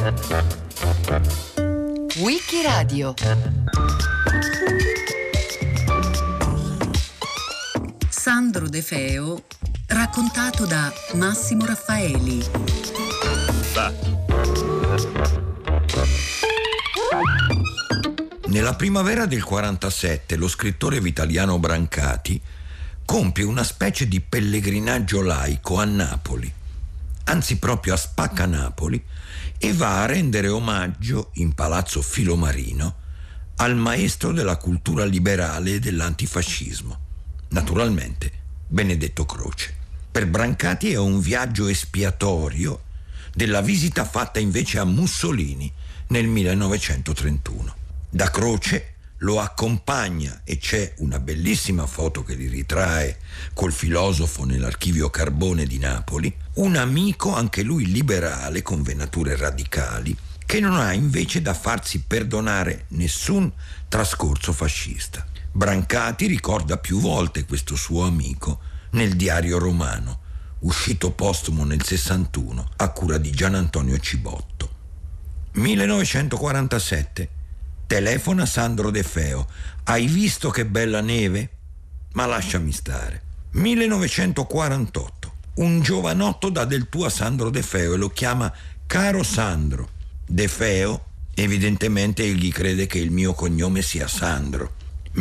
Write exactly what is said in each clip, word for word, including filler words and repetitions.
Wikiradio. Sandro De Feo, raccontato da Massimo Raffaeli. Va. Nella primavera del quarantasette lo scrittore Vitaliano Brancati compie una specie di pellegrinaggio laico a Napoli, anzi proprio a Spaccanapoli, e va a rendere omaggio in Palazzo Filomarino al maestro della cultura liberale e dell'antifascismo, naturalmente Benedetto Croce. Per Brancati è un viaggio espiatorio della visita fatta invece a Mussolini nel millenovecentotrentuno. Da Croce lo accompagna, e c'è una bellissima foto che li ritrae col filosofo nell'archivio Carbone di Napoli, un amico anche lui liberale con venature radicali, che non ha invece da farsi perdonare nessun trascorso fascista. Brancati ricorda più volte questo suo amico nel Diario Romano, uscito postumo nel sessantuno a cura di Gian Antonio Cibotto. millenovecentoquarantasette. Telefona Sandro De Feo. Hai visto che bella neve? Ma lasciami stare. millenovecentoquarantotto. Un giovanotto dà del tuo a Sandro De Feo e lo chiama caro Sandro. De Feo evidentemente egli crede che il mio cognome sia Sandro.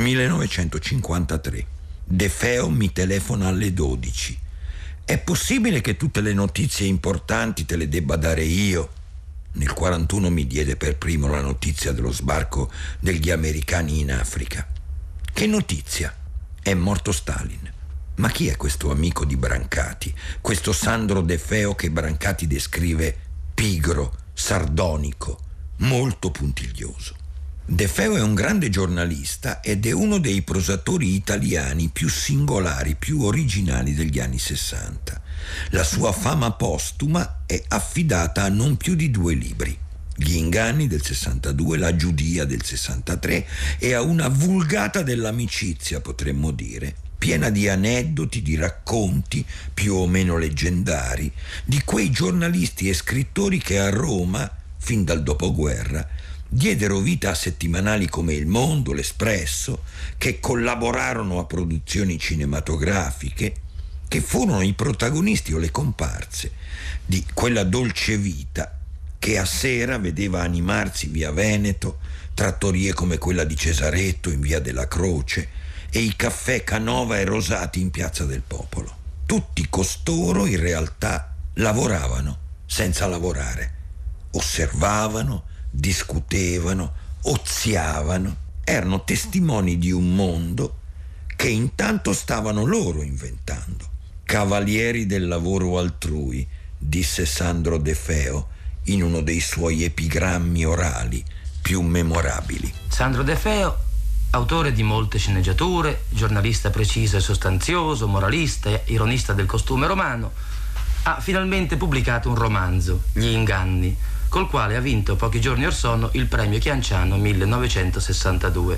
millenovecentocinquantatré. De Feo mi telefona alle dodici. È possibile che tutte le notizie importanti te le debba dare io? Nel quarantuno mi diede per primo la notizia dello sbarco degli americani in Africa. Che notizia? È morto Stalin. Ma chi è questo amico di Brancati? Questo Sandro De Feo che Brancati descrive pigro, sardonico, molto puntiglioso. De Feo è un grande giornalista ed è uno dei prosatori italiani più singolari, più originali degli anni sessanta. La sua fama postuma è affidata a non più di due libri, Gli inganni del sessantadue, La Giudia del sessantatré, e a una vulgata dell'amicizia, potremmo dire, piena di aneddoti, di racconti più o meno leggendari, di quei giornalisti e scrittori che a Roma, fin dal dopoguerra, diedero vita a settimanali come Il Mondo, L'Espresso, che collaborarono a produzioni cinematografiche, che furono i protagonisti o le comparse di quella dolce vita che a sera vedeva animarsi via Veneto trattorie come quella di Cesaretto in via della Croce e i caffè Canova e Rosati in piazza del Popolo. Tutti costoro in realtà lavoravano senza lavorare, osservavano, discutevano, oziavano, erano testimoni di un mondo che intanto stavano loro inventando. Cavalieri del lavoro altrui, disse Sandro De Feo in uno dei suoi epigrammi orali più memorabili. Sandro De Feo, autore di molte sceneggiature, giornalista preciso e sostanzioso, moralista, ironista del costume romano, ha finalmente pubblicato un romanzo, Gli inganni, col quale ha vinto pochi giorni or sono il premio Chianciano millenovecentosessantadue.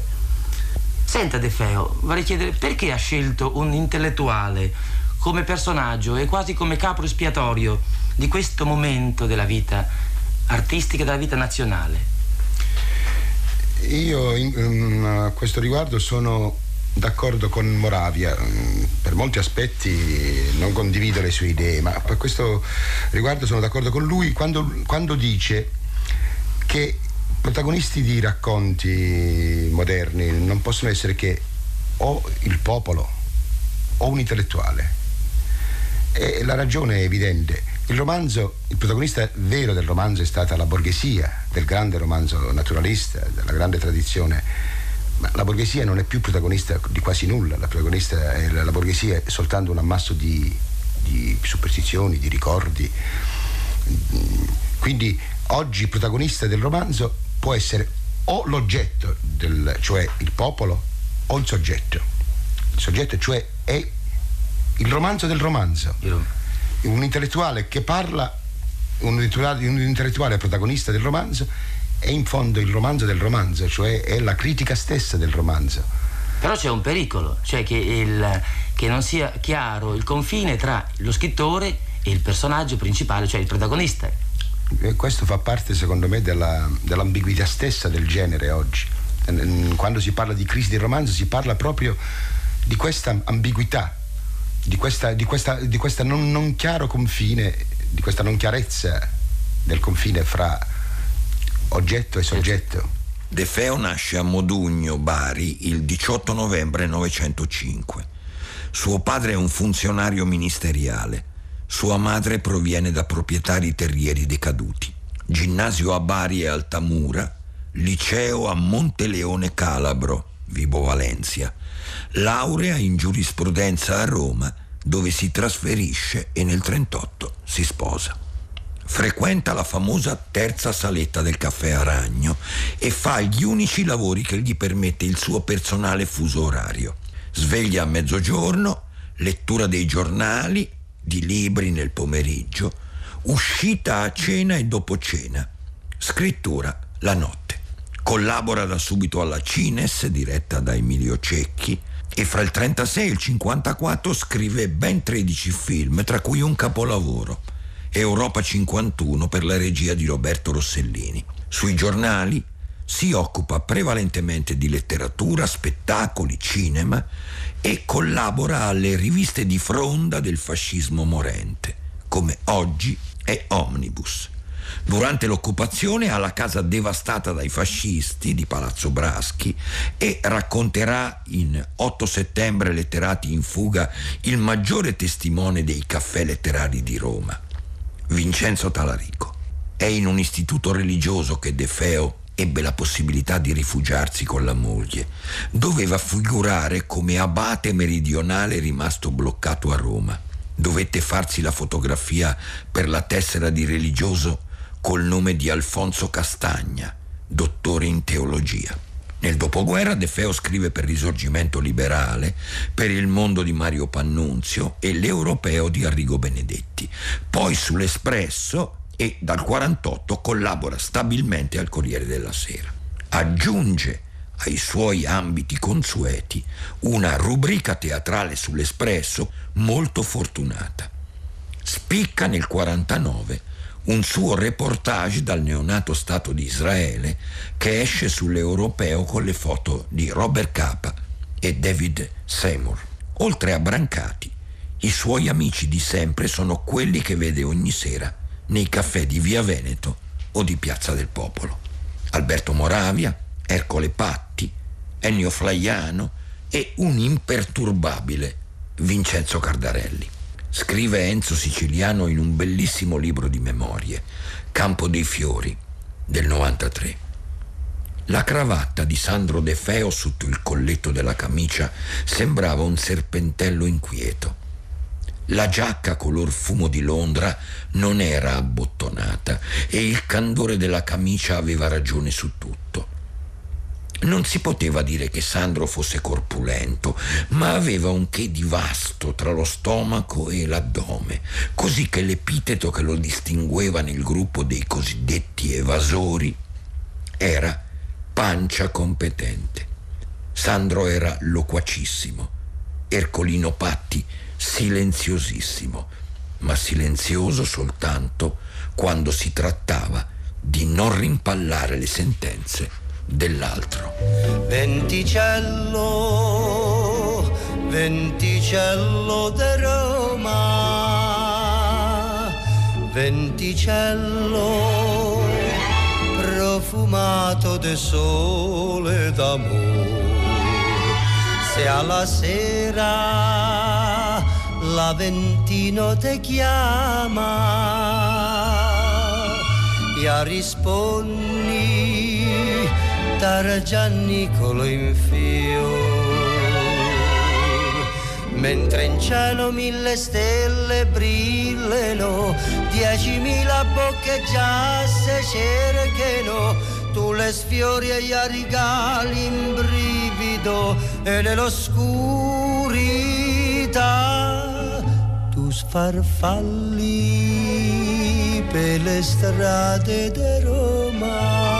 Senta De Feo, vorrei chiedere perché ha scelto un intellettuale come personaggio e quasi come capo espiatorio di questo momento della vita artistica e della vita nazionale? Io in, in, a questo riguardo sono d'accordo con Moravia. Per molti aspetti non condivido le sue idee, ma per questo riguardo sono d'accordo con lui quando, quando dice che protagonisti di racconti moderni non possono essere che o il popolo o un intellettuale. E la ragione è evidente. Il romanzo, il protagonista vero del romanzo è stata la borghesia, del grande romanzo naturalista, della grande tradizione. Ma la borghesia non è più protagonista di quasi nulla. La protagonista è la, la borghesia è soltanto un ammasso di, di superstizioni, di ricordi. Quindi oggi il protagonista del romanzo può essere o l'oggetto, del, cioè il popolo, o il soggetto. Il soggetto, cioè, è il romanzo del romanzo. Un intellettuale che parla, un intellettuale, un intellettuale protagonista del romanzo, è in fondo il romanzo del romanzo, cioè è la critica stessa del romanzo. Però c'è un pericolo, cioè che, il, che non sia chiaro il confine tra lo scrittore e il personaggio principale, cioè il protagonista. E questo fa parte, secondo me, della, dell'ambiguità stessa del genere oggi. Quando si parla di crisi del romanzo si parla proprio di questa ambiguità, di questa, di questa, di questa non, non chiaro confine, di questa non chiarezza del confine fra oggetto e soggetto. De Feo nasce a Modugno, Bari, il diciotto novembre novecentocinque. Suo padre è un funzionario ministeriale. Sua madre proviene da proprietari terrieri decaduti. Ginnasio a Bari e Altamura, liceo a Monteleone Calabro, Vibo Valencia. Laurea in giurisprudenza a Roma, dove si trasferisce e nel trentotto si sposa. Frequenta la famosa terza saletta del caffè Aragno e fa gli unici lavori che gli permette il suo personale fuso orario. Sveglia a mezzogiorno, lettura dei giornali, di libri nel pomeriggio, uscita a cena e dopo cena, scrittura la notte. Collabora da subito alla Cines, diretta da Emilio Cecchi, e fra il trentasei e il cinquantaquattro scrive ben tredici film, tra cui un capolavoro, Europa cinquantuno, per la regia di Roberto Rossellini. Sui giornali si occupa prevalentemente di letteratura, spettacoli, cinema e collabora alle riviste di fronda del fascismo morente, come Oggi e Omnibus. Durante l'occupazione ha la casa devastata dai fascisti di Palazzo Braschi e racconterà in otto settembre letterati in fuga il maggiore testimone dei caffè letterari di Roma, Vincenzo Talarico. È in un istituto religioso che De Feo ebbe la possibilità di rifugiarsi con la moglie. Doveva figurare come abate meridionale rimasto bloccato a Roma. Dovette farsi la fotografia per la tessera di religioso col nome di Alfonso Castagna, dottore in teologia. Nel dopoguerra De Feo scrive per Risorgimento Liberale, per Il Mondo di Mario Pannunzio e L'Europeo di Arrigo Benedetti. Poi sull'Espresso e dal quarantotto collabora stabilmente al Corriere della Sera. Aggiunge ai suoi ambiti consueti una rubrica teatrale sull'Espresso molto fortunata. Spicca nel quarantanove un suo reportage dal neonato Stato di Israele che esce sull'Europeo con le foto di Robert Capa e David Seymour. Oltre a Brancati, i suoi amici di sempre sono quelli che vede ogni sera nei caffè di Via Veneto o di Piazza del Popolo. Alberto Moravia, Ercole Patti, Ennio Flaiano e un imperturbabile Vincenzo Cardarelli. Scrive Enzo Siciliano in un bellissimo libro di memorie, Campo dei Fiori, del novantatré. La cravatta di Sandro De Feo sotto il colletto della camicia sembrava un serpentello inquieto. La giacca color fumo di Londra non era abbottonata e il candore della camicia aveva ragione su tutto. Non si poteva dire che Sandro fosse corpulento, ma aveva un che di vasto tra lo stomaco e l'addome, così che l'epiteto che lo distingueva nel gruppo dei cosiddetti evasori era pancia competente. Sandro era loquacissimo, Ercolino Patti silenziosissimo, ma silenzioso soltanto quando si trattava di non rimpallare le sentenze dell'altro. Venticello, venticello de Roma, venticello profumato de sole d'amore. Se alla sera l'Aventino te chiama, ya rispondi dar Giannicolo in fior, mentre in cielo mille stelle brillano, diecimila bocche già se cerchino, tu le sfiori e gli rigali in brivido e nell'oscurità tu sfarfalli per le strade di Roma.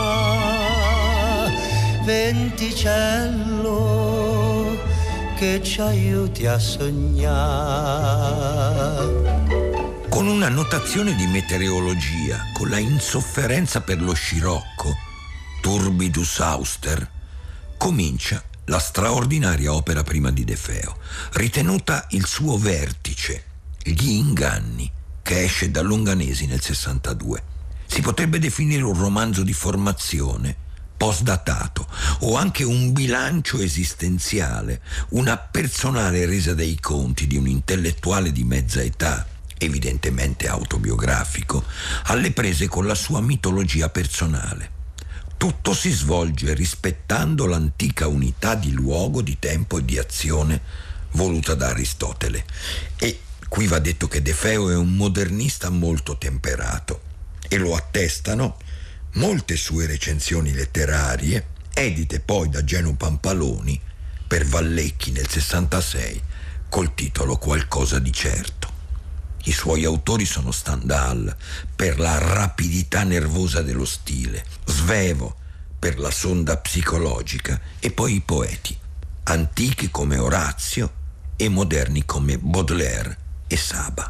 Venticello che ci aiuti a sognare. Con una notazione di meteorologia, con la insofferenza per lo scirocco, turbidus auster, comincia la straordinaria opera prima di De Feo, ritenuta il suo vertice, Gli inganni, che esce da Longanesi nel sessantadue. Si potrebbe definire un romanzo di formazione, postdatato, o anche un bilancio esistenziale, una personale resa dei conti di un intellettuale di mezza età, evidentemente autobiografico, alle prese con la sua mitologia personale. Tutto si svolge rispettando l'antica unità di luogo, di tempo e di azione voluta da Aristotele. E qui va detto che De Feo è un modernista molto temperato, e lo attestano molte sue recensioni letterarie, edite poi da Geno Pampaloni per Vallecchi nel sessantasei, col titolo Qualcosa di certo. I suoi autori sono Stendhal per la rapidità nervosa dello stile, Svevo per la sonda psicologica, e poi i poeti, antichi come Orazio e moderni come Baudelaire e Saba.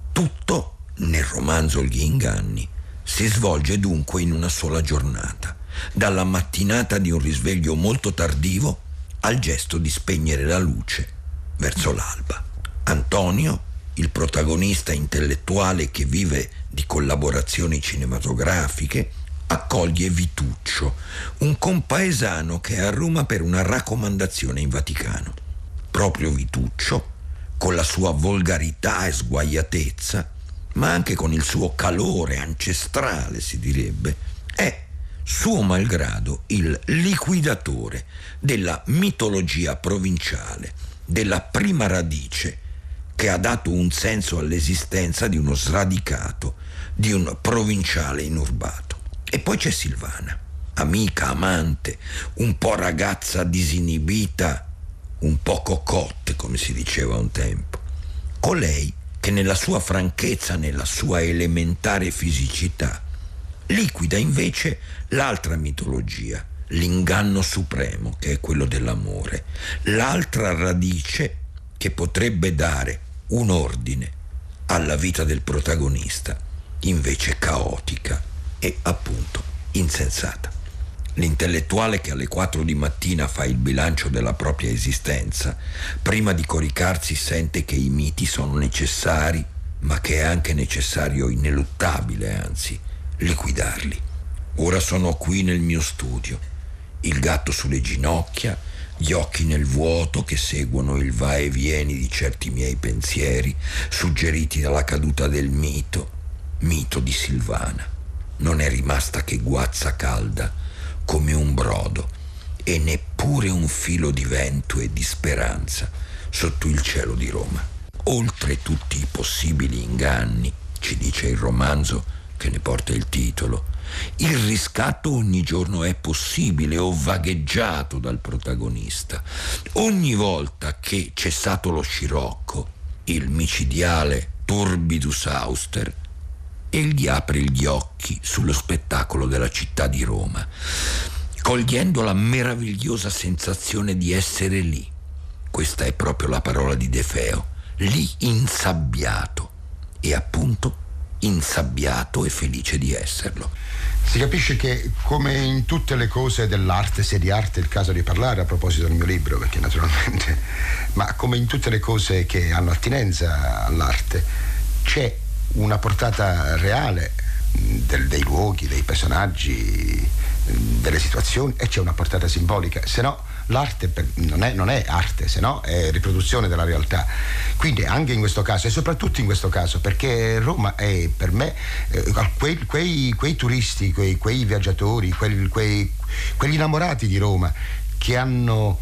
Tutto nel romanzo Gli inganni si svolge dunque in una sola giornata, dalla mattinata di un risveglio molto tardivo al gesto di spegnere la luce verso l'alba. Antonio, il protagonista intellettuale che vive di collaborazioni cinematografiche, accoglie Vituccio, un compaesano che è a Roma per una raccomandazione in Vaticano. Proprio Vituccio, con la sua volgarità e sguaiatezza, ma anche con il suo calore ancestrale, si direbbe, è, suo malgrado, il liquidatore della mitologia provinciale, della prima radice che ha dato un senso all'esistenza di uno sradicato, di un provinciale inurbato. E poi c'è Silvana, amica, amante, un po' ragazza disinibita, un po' cocotte, come si diceva un tempo. Colei che nella sua franchezza, nella sua elementare fisicità, liquida invece l'altra mitologia, l'inganno supremo, che è quello dell'amore, l'altra radice che potrebbe dare un ordine alla vita del protagonista, invece caotica e appunto insensata. L'intellettuale che alle quattro di mattina fa il bilancio della propria esistenza, prima di coricarsi sente che i miti sono necessari, ma che è anche necessario, ineluttabile anzi, liquidarli. Ora sono qui nel mio studio, il gatto sulle ginocchia, gli occhi nel vuoto che seguono il va e vieni di certi miei pensieri, suggeriti dalla caduta del mito, mito di Silvana. Non è rimasta che guazza calda, come un brodo, e neppure un filo di vento e di speranza sotto il cielo di Roma. Oltre tutti i possibili inganni, ci dice il romanzo che ne porta il titolo, il riscatto ogni giorno è possibile o vagheggiato dal protagonista. Ogni volta che, cessato lo scirocco, il micidiale turbidus auster, egli apre gli occhi sullo spettacolo della città di Roma, cogliendo la meravigliosa sensazione di essere lì. Questa è proprio la parola di De Feo, lì insabbiato, e appunto insabbiato e felice di esserlo. Si capisce che, come in tutte le cose dell'arte, se di arte è il caso di parlare a proposito del mio libro, perché naturalmente, ma come in tutte le cose che hanno attinenza all'arte, c'è una portata reale del, dei luoghi, dei personaggi, delle situazioni, e c'è una portata simbolica, se no l'arte per, non, è, non è arte, se no è riproduzione della realtà. Quindi anche in questo caso, e soprattutto in questo caso, perché Roma è per me eh, quei, quei, quei turisti, quei, quei viaggiatori, quei, quei, quegli innamorati di Roma che hanno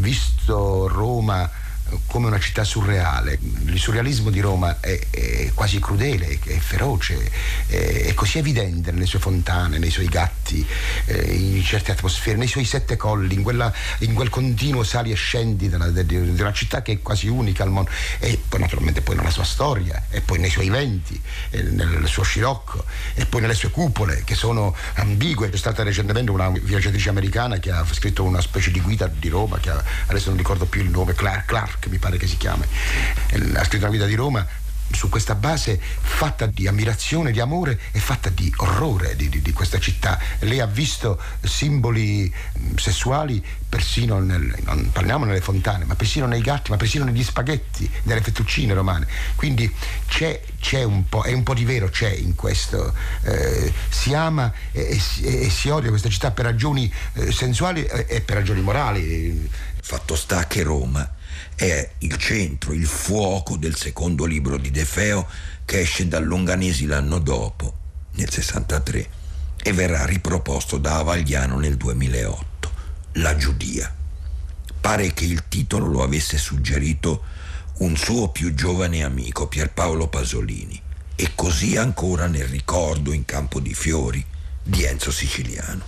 visto Roma come una città surreale. Il surrealismo di Roma è, è quasi crudele, è feroce, è, è così evidente nelle sue fontane, nei suoi gatti, eh, in certe atmosfere, nei suoi sette colli, in, quella, in quel continuo sali e scendi della, de, de, di una città che è quasi unica al mondo, e poi naturalmente poi nella sua storia, e poi nei suoi venti, e nel suo scirocco, e poi nelle sue cupole che sono ambigue. C'è stata recentemente una viaggiatrice americana che ha scritto una specie di guida di Roma, che ha, adesso non ricordo più il nome, Clark, Clark mi pare che si chiami, ha scritto una guida di Roma su questa base fatta di ammirazione, di amore e fatta di orrore di, di, di questa città. Lei ha visto simboli sessuali persino nel, non parliamo nelle fontane, ma persino nei gatti, ma persino negli spaghetti, nelle fettuccine romane. Quindi c'è, c'è un po', è un po' di vero c'è in questo. Eh, si ama e, e, e si odia questa città per ragioni eh, sensuali e, e per ragioni morali. Fatto sta che Roma è il centro, il fuoco del secondo libro di De Feo, che esce da Longanesi l'anno dopo, nel sessantatré, e verrà riproposto da Avagliano nel duemilaotto. La Giudia. Pare che il titolo lo avesse suggerito un suo più giovane amico, Pierpaolo Pasolini, e così ancora nel ricordo in Campo di Fiori di Enzo Siciliano.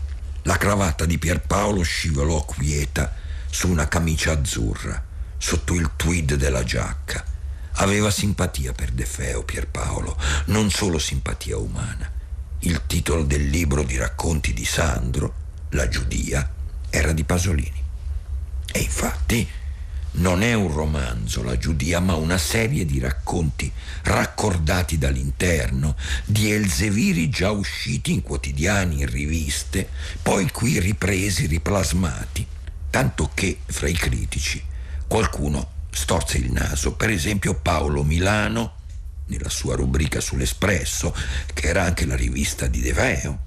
La cravatta di Pierpaolo scivolò quieta su una camicia azzurra, sotto il tweed della giacca. Aveva simpatia per De Feo, Pierpaolo, non solo simpatia umana. Il titolo del libro di racconti di Sandro, La Giudia, era di Pasolini. E infatti non è un romanzo, La Giudia, ma una serie di racconti raccordati dall'interno, di Elzeviri già usciti in quotidiani, in riviste, poi qui ripresi, riplasmati, tanto che fra i critici qualcuno storse il naso. Per esempio Paolo Milano, nella sua rubrica sull'Espresso, che era anche la rivista di De Feo,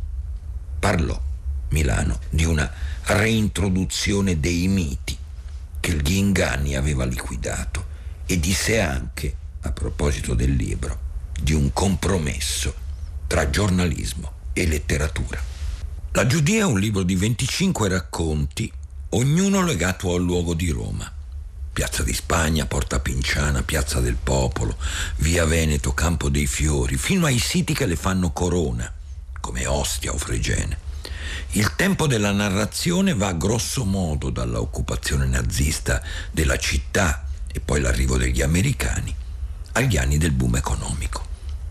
parlò, Milano, di una reintroduzione dei miti che gli inganni aveva liquidato, e disse anche, a proposito del libro, di un compromesso tra giornalismo e letteratura. La Giudia è un libro di venticinque racconti, ognuno legato al luogo di Roma. Piazza di Spagna, Porta Pinciana, Piazza del Popolo, Via Veneto, Campo dei Fiori, fino ai siti che le fanno corona, come Ostia o Fregene. Il tempo della narrazione va grosso modo dalla occupazione nazista della città e poi l'arrivo degli americani agli anni del boom economico.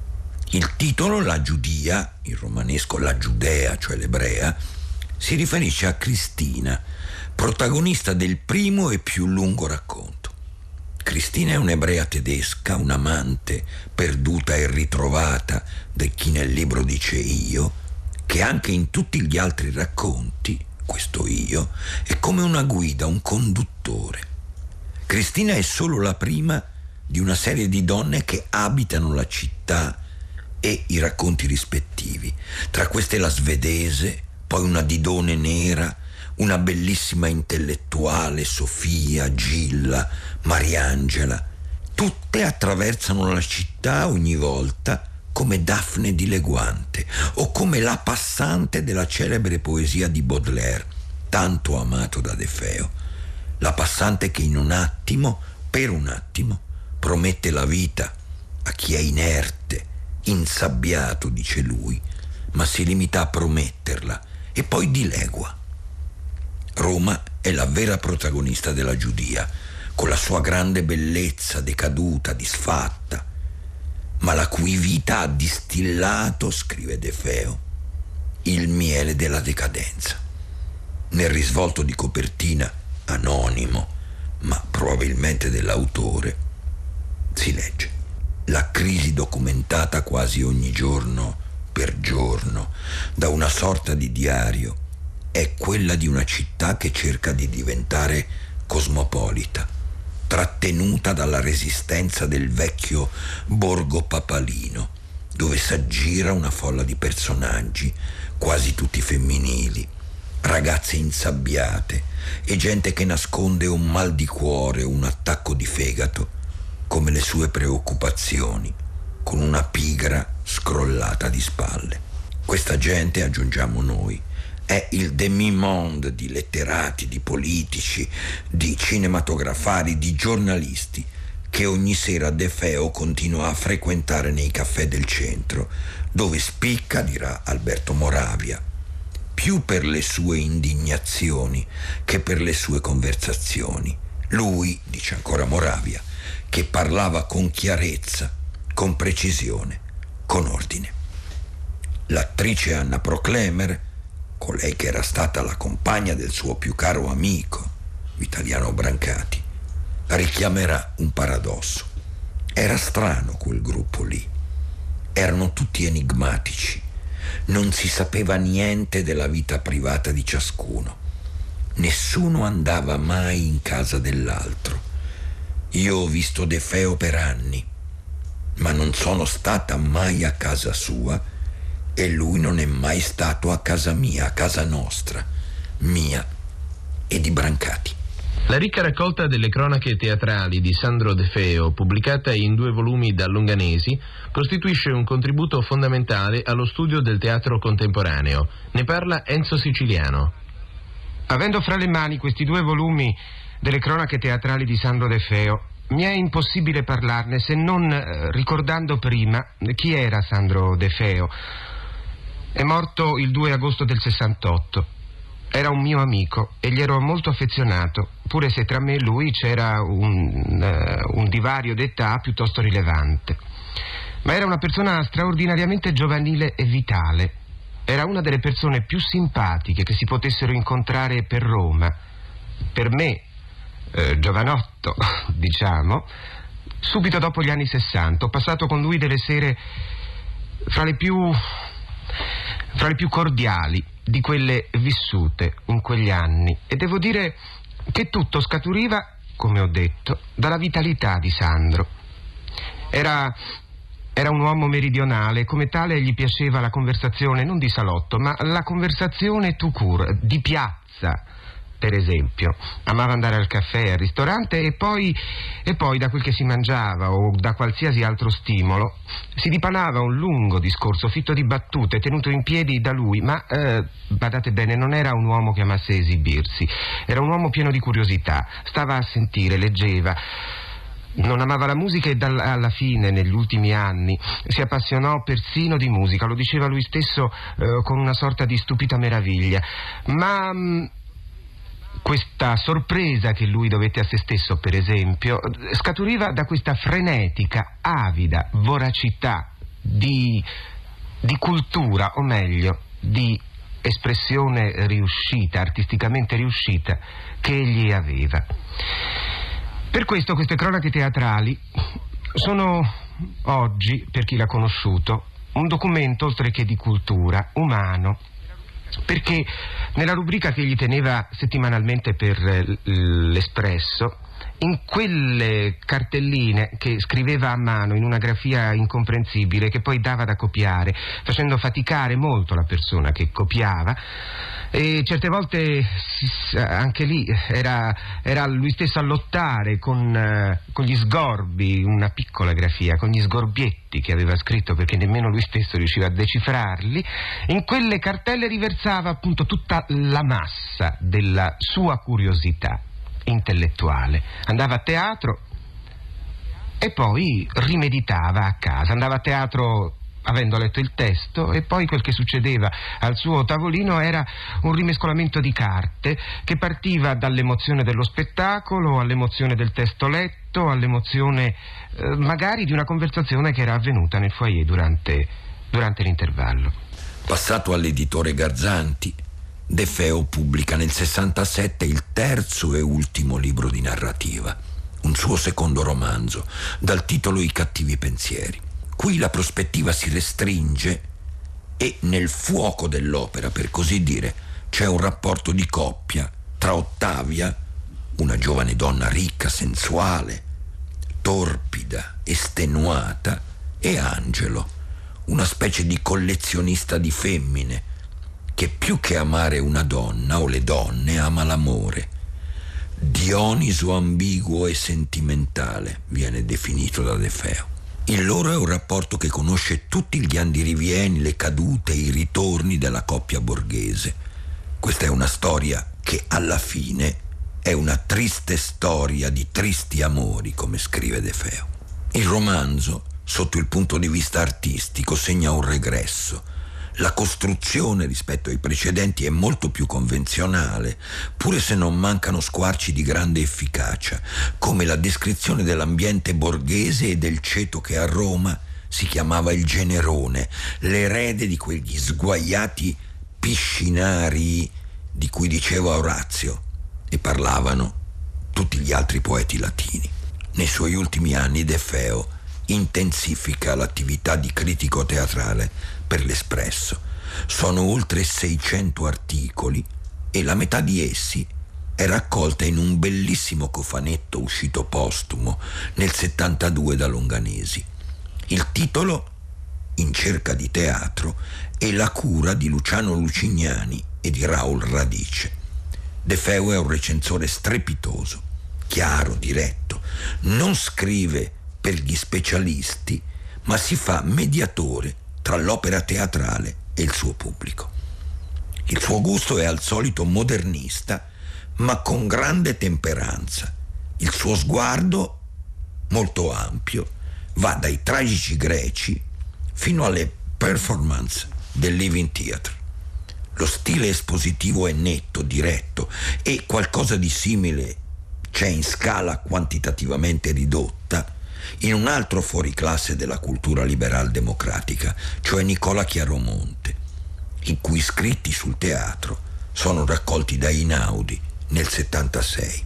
Il titolo, La Giudia, in romanesco La Giudea, cioè l'ebrea, si riferisce a Cristina, protagonista del primo e più lungo racconto. Cristina è un'ebrea tedesca, un'amante perduta e ritrovata da chi nel libro dice io, che anche in tutti gli altri racconti, questo io, è come una guida, un conduttore. Cristina è solo la prima di una serie di donne che abitano la città e i racconti rispettivi. Tra queste la svedese, poi una didone nera, una bellissima intellettuale, Sofia, Gilla, Mariangela. Tutte attraversano la città ogni volta come Daphne di Leguante o come la passante della celebre poesia di Baudelaire, tanto amato da De Feo. La passante che in un attimo, per un attimo, promette la vita a chi è inerte, insabbiato, dice lui, ma si limita a prometterla e poi dilegua. Roma è la vera protagonista della Giudia, con la sua grande bellezza decaduta, disfatta, ma la cui vita ha distillato, scrive De Feo, il miele della decadenza. Nel risvolto di copertina, anonimo, ma probabilmente dell'autore, si legge: la crisi documentata quasi ogni giorno per giorno da una sorta di diario è quella di una città che cerca di diventare cosmopolita, trattenuta dalla resistenza del vecchio borgo papalino, dove s'aggira una folla di personaggi, quasi tutti femminili, ragazze insabbiate e gente che nasconde un mal di cuore o un attacco di fegato come le sue preoccupazioni, con una pigra scrollata di spalle. Questa gente, aggiungiamo noi, è il demi-monde di letterati, di politici, di cinematografari, di giornalisti che ogni sera De Feo continua a frequentare nei caffè del centro, dove spicca, dirà Alberto Moravia, più per le sue indignazioni che per le sue conversazioni. Lui, dice ancora Moravia, che parlava con chiarezza, con precisione, con ordine. L'attrice Anna Proclemer, colei che era stata la compagna del suo più caro amico, Vitaliano Brancati, richiamerà un paradosso. Era strano quel gruppo lì. Erano tutti enigmatici. Non si sapeva niente della vita privata di ciascuno. Nessuno andava mai in casa dell'altro. Io ho visto De Feo per anni, ma non sono stata mai a casa sua e lui non è mai stato a casa mia, a casa nostra, mia e di Brancati. La ricca raccolta delle cronache teatrali di Sandro De Feo, pubblicata in due volumi da Longanesi, costituisce un contributo fondamentale allo studio del teatro contemporaneo. Ne parla Enzo Siciliano. Avendo fra le mani questi due volumi delle cronache teatrali di Sandro De Feo, mi è impossibile parlarne se non eh, ricordando prima chi era Sandro De Feo. È morto il due agosto del sessantotto. Era un mio amico e gli ero molto affezionato, pure se tra me e lui c'era un, uh, un divario d'età piuttosto rilevante. Ma era una persona straordinariamente giovanile e vitale. Era una delle persone più simpatiche che si potessero incontrare per Roma. Per me, eh, giovanotto, diciamo, subito dopo gli anni sessanta, ho passato con lui delle sere fra le più, fra le più cordiali di quelle vissute in quegli anni, e devo dire che tutto scaturiva, come ho detto, dalla vitalità di Sandro. Era, era un uomo meridionale, come tale gli piaceva la conversazione non di salotto, ma la conversazione tout court, di piazza. Per esempio, amava andare al caffè, al ristorante e poi, e poi da quel che si mangiava o da qualsiasi altro stimolo si dipanava un lungo discorso fitto di battute tenuto in piedi da lui, ma eh, badate bene, non era un uomo che amasse esibirsi, era un uomo pieno di curiosità, stava a sentire, leggeva. Non amava la musica e dal, alla fine, negli ultimi anni, si appassionò persino di musica, lo diceva lui stesso eh, con una sorta di stupida meraviglia, ma mh, questa sorpresa che lui dovette a se stesso, per esempio, scaturiva da questa frenetica, avida voracità di, di cultura, o meglio, di espressione riuscita, artisticamente riuscita, che egli aveva. Per questo queste cronache teatrali sono oggi, per chi l'ha conosciuto, un documento oltre che di cultura, umano, perché nella rubrica che egli teneva settimanalmente per l'Espresso, in quelle cartelline che scriveva a mano in una grafia incomprensibile che poi dava da copiare, facendo faticare molto la persona che copiava, e certe volte anche lì era, era lui stesso a lottare con, eh, con gli sgorbi, una piccola grafia, con gli sgorbietti che aveva scritto perché nemmeno lui stesso riusciva a decifrarli. In quelle cartelle riversava appunto tutta la massa della sua curiosità intellettuale. Andava a teatro e poi rimeditava a casa, andava a teatro avendo letto il testo, e poi quel che succedeva al suo tavolino era un rimescolamento di carte che partiva dall'emozione dello spettacolo, all'emozione del testo letto, all'emozione eh, magari di una conversazione che era avvenuta nel foyer durante, durante l'intervallo. Passato all'editore Garzanti, De Feo pubblica nel sessantasette il terzo e ultimo libro di narrativa, un suo secondo romanzo, dal titolo I cattivi pensieri. Qui la prospettiva si restringe e nel fuoco dell'opera, per così dire, c'è un rapporto di coppia tra Ottavia, una giovane donna ricca, sensuale, torpida, estenuata, e Angelo, una specie di collezionista di femmine, che più che amare una donna o le donne ama l'amore. Dioniso ambiguo e sentimentale viene definito da De Feo. Il loro è un rapporto che conosce tutti gli andirivieni, le cadute, i ritorni della coppia borghese. Questa è una storia che alla fine è una triste storia di tristi amori, come scrive De Feo. Il romanzo, sotto il punto di vista artistico, segna un regresso. La costruzione rispetto ai precedenti è molto più convenzionale, pure se non mancano squarci di grande efficacia, come la descrizione dell'ambiente borghese e del ceto che a Roma si chiamava il Generone, l'erede di quegli sguaiati piscinari di cui diceva Orazio e parlavano tutti gli altri poeti latini. Nei suoi ultimi anni De Feo intensifica l'attività di critico teatrale per l'Espresso. Sono oltre seicento articoli e la metà di essi è raccolta in un bellissimo cofanetto uscito postumo nel settantadue da Longanesi. Il titolo, In cerca di teatro, è la cura di Luciano Lucignani e di Raul Radice. De Feo è un recensore strepitoso, chiaro, diretto, non scrive per gli specialisti, ma si fa mediatore tra l'opera teatrale e il suo pubblico. Il suo gusto è al solito modernista, ma con grande temperanza. Il suo sguardo, molto ampio, va dai tragici greci fino alle performance del Living Theatre. Lo stile espositivo è netto, diretto, e qualcosa di simile c'è in scala quantitativamente ridotta in un altro fuoriclasse della cultura liberal democratica, cioè Nicola Chiaromonte, i cui scritti sul teatro sono raccolti da Einaudi nel settantasei.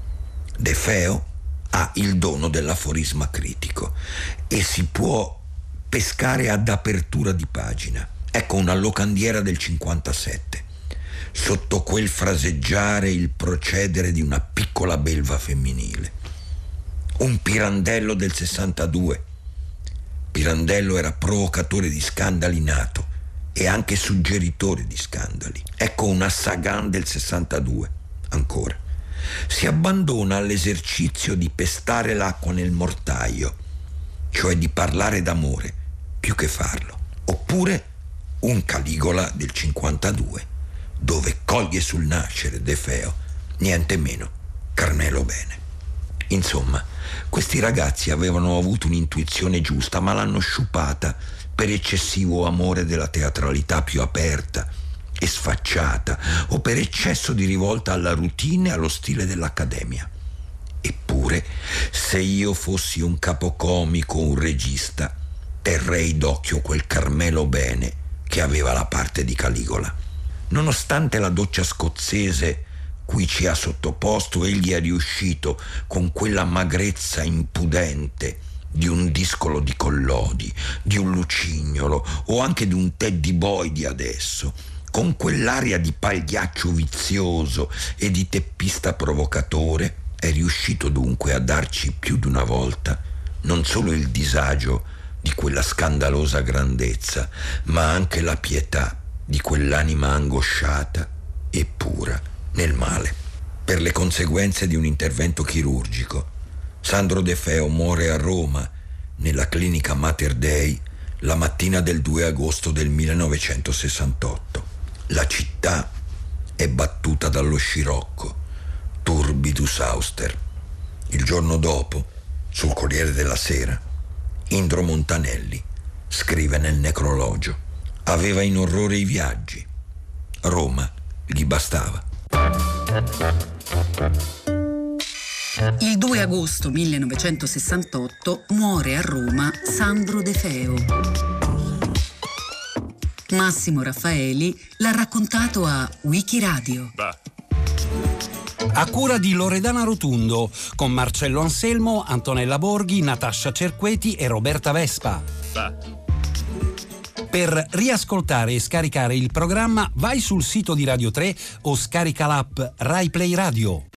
De Feo ha il dono dell'aforisma critico e si può pescare ad apertura di pagina. Ecco una locandiera del cinquantasette. Sotto quel fraseggiare il procedere di una piccola belva femminile. Un Pirandello del sessantadue. Pirandello era provocatore di scandali nato e anche suggeritore di scandali. Ecco una Sagan del sessantadue. Ancora. Si abbandona all'esercizio di pestare l'acqua nel mortaio, cioè di parlare d'amore più che farlo. Oppure un Caligola del cinquantadue, dove coglie sul nascere De Feo niente meno Carmelo Bene. Insomma, questi ragazzi avevano avuto un'intuizione giusta, ma l'hanno sciupata per eccessivo amore della teatralità più aperta e sfacciata, o per eccesso di rivolta alla routine e allo stile dell'accademia. Eppure, se io fossi un capocomico o un regista, terrei d'occhio quel Carmelo Bene che aveva la parte di Caligola. Nonostante la doccia scozzese cui ci ha sottoposto, egli è riuscito con quella magrezza impudente di un Discolo di Collodi, di un Lucignolo o anche di un Teddy Boy di adesso, con quell'aria di pagliaccio vizioso e di teppista provocatore, è riuscito dunque a darci più di una volta non solo il disagio di quella scandalosa grandezza, ma anche la pietà di quell'anima angosciata e pura nel male. Per le conseguenze di un intervento chirurgico, Sandro De Feo muore a Roma, nella clinica Mater Dei, la mattina del due agosto del millenovecentosessantotto. La città è battuta dallo scirocco, turbidus auster. Il giorno dopo, sul Corriere della Sera, Indro Montanelli scrive nel necrologio: aveva in orrore i viaggi. Roma gli bastava. Il due agosto millenovecentosessantotto muore a Roma Sandro De Feo. Massimo Raffaeli l'ha raccontato a Wikiradio. A cura di Loredana Rotundo, con Marcello Anselmo, Antonella Borghi, Natascia Cerqueti e Roberta Vespa. Bah. Per riascoltare e scaricare il programma vai sul sito di Radio tre o scarica l'app Rai Play Radio.